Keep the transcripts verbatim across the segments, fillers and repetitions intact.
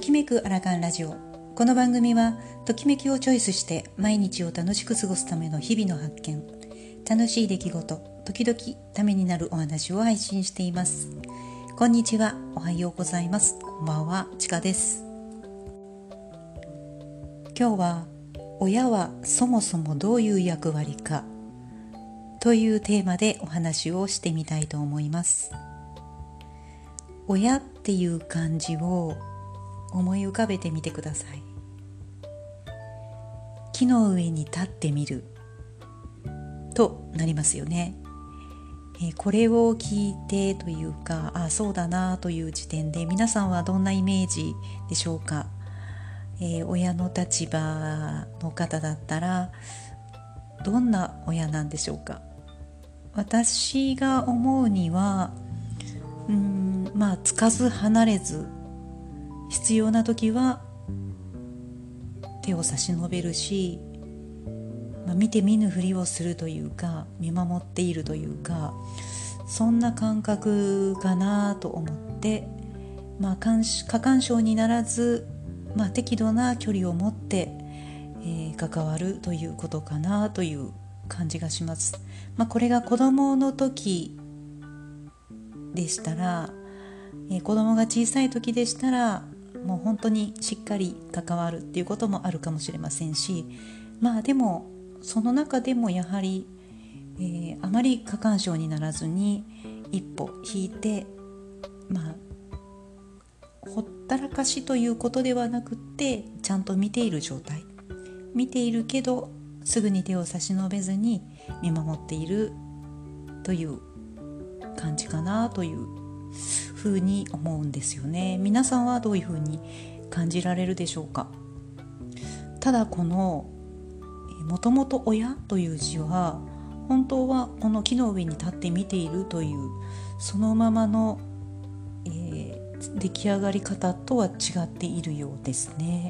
きめくアラカンラジオ。この番組はときめきをチョイスして毎日を楽しく過ごすための日々の発見、楽しい出来事、時々ためになるお話を配信しています。こんにちは、おはようございます。こんばんは、ちかです。今日は親はそもそもどういう役割かというテーマでお話をしてみたいと思います。親っていう漢字を思い浮かべてみてください。木の上に立ってみるとなりますよね。えー、これを聞いてというか、あ、そうだなという時点で皆さんはどんなイメージでしょうか。えー、親の立場の方だったらどんな親なんでしょうか。私が思うにはうーんまあつかず離れず、必要な時は手を差し伸べるし、まあ、見て見ぬふりをするというか、見守っているというか、そんな感覚かなと思って、まあ、過干渉にならず、まあ、適度な距離を持って、えー、関わるということかなという感じがします。まあ、これが子供の時でしたら、えー、子供が小さい時でしたらもう本当にしっかり関わるっていうこともあるかもしれませんし、まあでもその中でもやはり、えー、あまり過干渉にならずに一歩引いて、まあほったらかしということではなくって、ちゃんと見ている状態、見ているけどすぐに手を差し伸べずに見守っているという感じかなというふうに思うんですよね。皆さんはどういうふうに感じられるでしょうか。ただこのもともと親という字は、本当はこの木の上に立って見ているというそのままの、えー出来上がり方とは違っているようですね。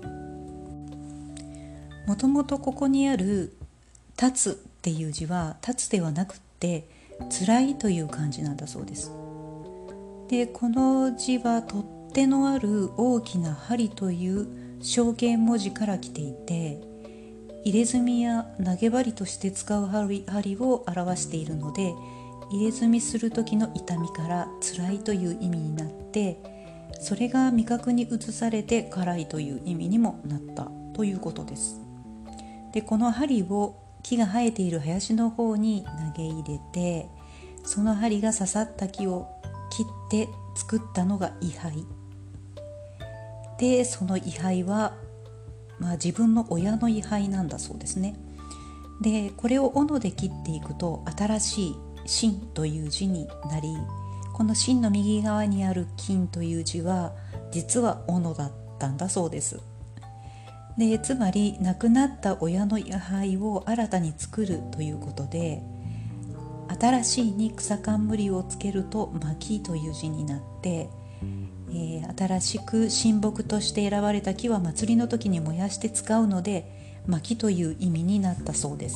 もともとここにある立つっていう字は、立つではなくって辛いという漢字なんだそうです。でこの字は取っ手のある大きな針という象形文字から来ていて、入れ墨や投げ針として使う 針, 針を表しているので、入れ墨する時の痛みから辛いという意味になって、それが味覚に移されて辛いという意味にもなったということです。でこの針を木が生えている林の方に投げ入れて、その針が刺さった木を切って作ったのが位牌で、その位牌は、まあ、自分の親の位牌なんだそうですね。でこれを斧で切っていくと新しい真という字になり、この真の右側にある金という字は実は斧だったんだそうです。でつまり亡くなった親の位牌を新たに作るということで、新しいに草冠をつけると薪という字になって、えー、新しく神木として選ばれた木は祭りの時に燃やして使うので薪という意味になったそうです。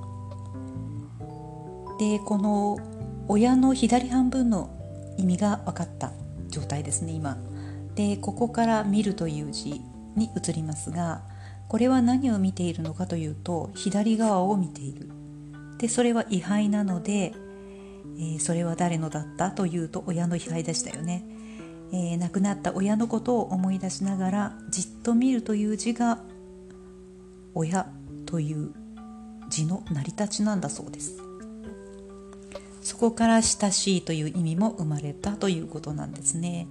でこの親の左半分の意味が分かった状態ですね今で、ここから見るという字に移りますが、これは何を見ているのかというと、左側を見ている。でそれは位牌なので、えー、それは誰のだったというと親の位牌でしたよね。えー、亡くなった親のことを思い出しながらじっと見るという字が親という字の成り立ちなんだそうです。そこから親しいという意味も生まれたということなんですね。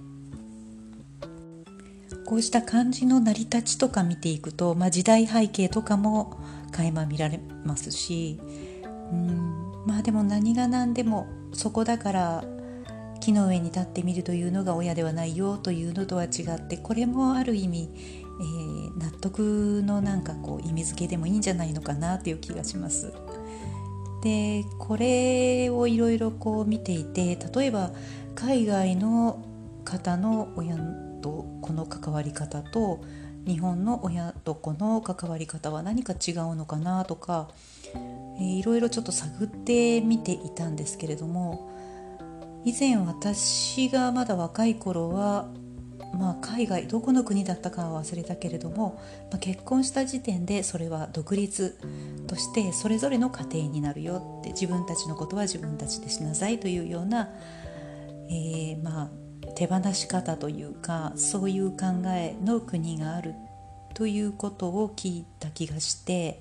こうした漢字の成り立ちとか見ていくと、まあ、時代背景とかも垣間見られますし、うーんまあでも何が何でもそこだから木の上に立ってみるというのが親ではないよというのとは違って、これもある意味、えー、納得のなんかこう意味付けでもいいんじゃないのかなという気がします。でこれをいろいろこう見ていて、例えば海外の方の親と子の関わり方と日本の親と子の関わり方は何か違うのかなとか、えー、いろいろちょっと探ってみていたんですけれども、以前私がまだ若い頃はまあ、海外どこの国だったかは忘れたけれども、まあ、結婚した時点でそれは独立としてそれぞれの家庭になるよって、自分たちのことは自分たちでしなさいというような、えー、まあ手放し方というか、そういう考えの国があるということを聞いた気がして、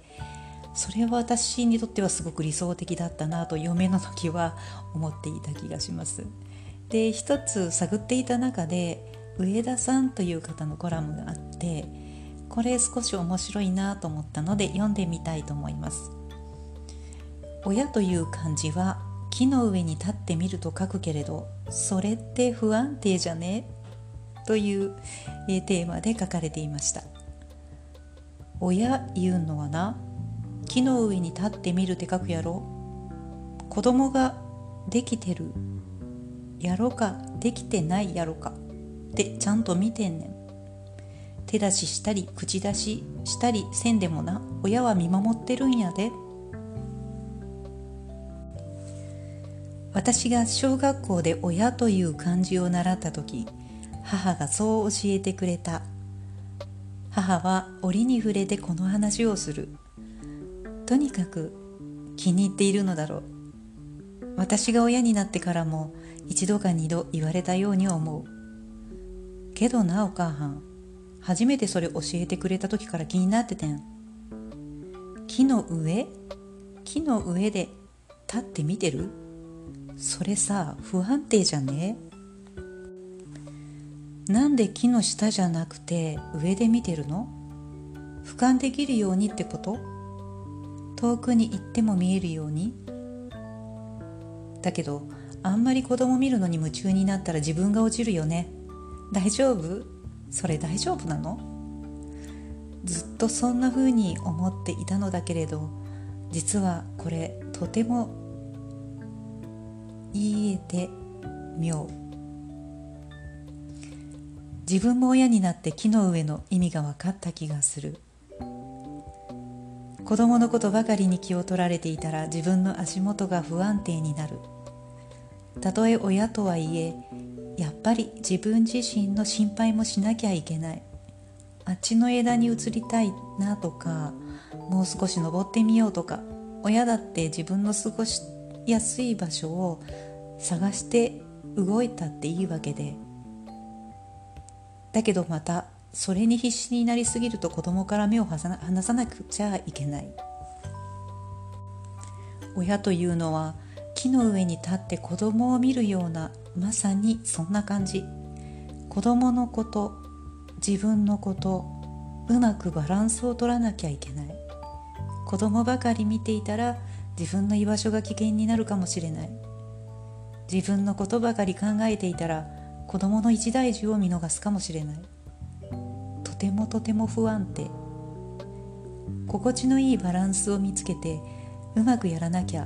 それは私にとってはすごく理想的だったなと嫁の時は思っていた気がします。で、一つ探っていた中で上田さんという方のコラムがあって、これ少し面白いなと思ったので読んでみたいと思います。親という漢字は木の上に立ってみると書くけれど、それって不安定じゃねというテーマで書かれていました。親言うのはな、木の上に立ってみるって書くやろ。子供ができてるやろかできてないやろかってちゃんと見てんねん。手出ししたり口出ししたりせんでもな、親は見守ってるんやで。私が小学校で親という漢字を習った時、母がそう教えてくれた。母は折に触れてこの話をする。とにかく気に入っているのだろう。私が親になってからも一度か二度言われたように思う。けどな、お母はん、初めてそれ教えてくれた時から気になっててん。木の上木の上で立って見てる？それさ、不安定じゃね？なんで木の下じゃなくて上で見てるの？俯瞰できるようにってこと？遠くに行っても見えるように？だけどあんまり子供見るのに夢中になったら自分が落ちるよね。大丈夫？それ大丈夫なの？ずっとそんな風に思っていたのだけれど、実はこれとても言えて妙。自分も親になって木の上の意味が分かった気がする。子供のことばかりに気を取られていたら自分の足元が不安定になる。たとえ親とはいえ、やっぱり自分自身の心配もしなきゃいけない。あっちの枝に移りたいなとか、もう少し登ってみようとか、親だって自分の過ごしやすい場所を探して動いたっていいわけで、だけどまたそれに必死になりすぎると子供から目を離さなくちゃいけない。親というのは木の上に立って子供を見るような、まさにそんな感じ。子供のこと、自分のこと、うまくバランスを取らなきゃいけない。子供ばかり見ていたら自分の居場所が危険になるかもしれない。自分のことばかり考えていたら子供の一大事を見逃すかもしれない。とてもとても不安定。心地のいいバランスを見つけてうまくやらなきゃ。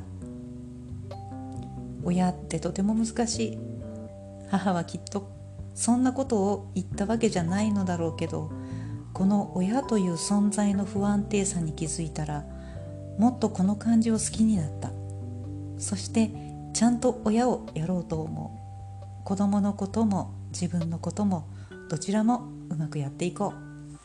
親ってとても難しい。母はきっとそんなことを言ったわけじゃないのだろうけど、この親という存在の不安定さに気づいたら、もっとこの感じを好きになった。そしてちゃんと親をやろうと思う。子供のことも自分のこともどちらもうまくやっていこ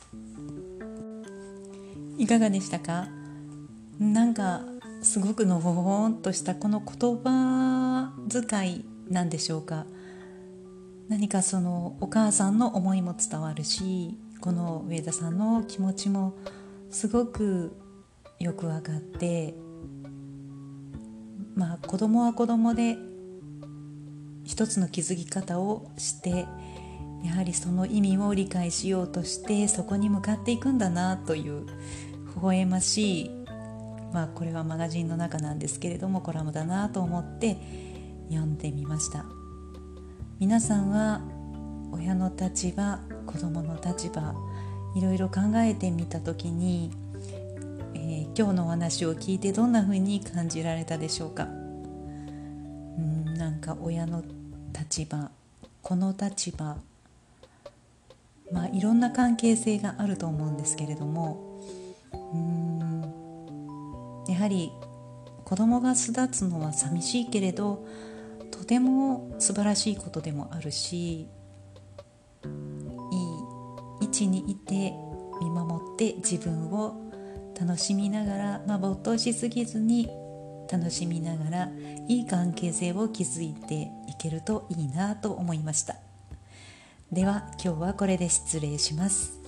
う。いかがでしたか？なんかすごくのほほんとしたこの言葉遣いなんでしょうか。何かそのお母さんの思いも伝わるし、この上田さんの気持ちもすごくよくわかって、まあ子供は子供で一つの気づき方をして、やはりその意味を理解しようとしてそこに向かっていくんだなという微笑ましい、まあこれはマガジンの中なんですけれどもコラムだなと思って読んでみました。皆さんは親の立場、子供の立場、いろいろ考えてみたときに、えー、今日のお話を聞いてどんなふうに感じられたでしょうか。うん、なんか親の立場、子の立場、まあいろんな関係性があると思うんですけれども、うーんやはり子供が巣立つのは寂しいけれど、とても素晴らしいことでもあるし、 ちにいて見守って自分を楽しみながら、まあ、没頭しすぎずに楽しみながらいい関係性を築いていけるといいなと思いました。では今日はこれで失礼します。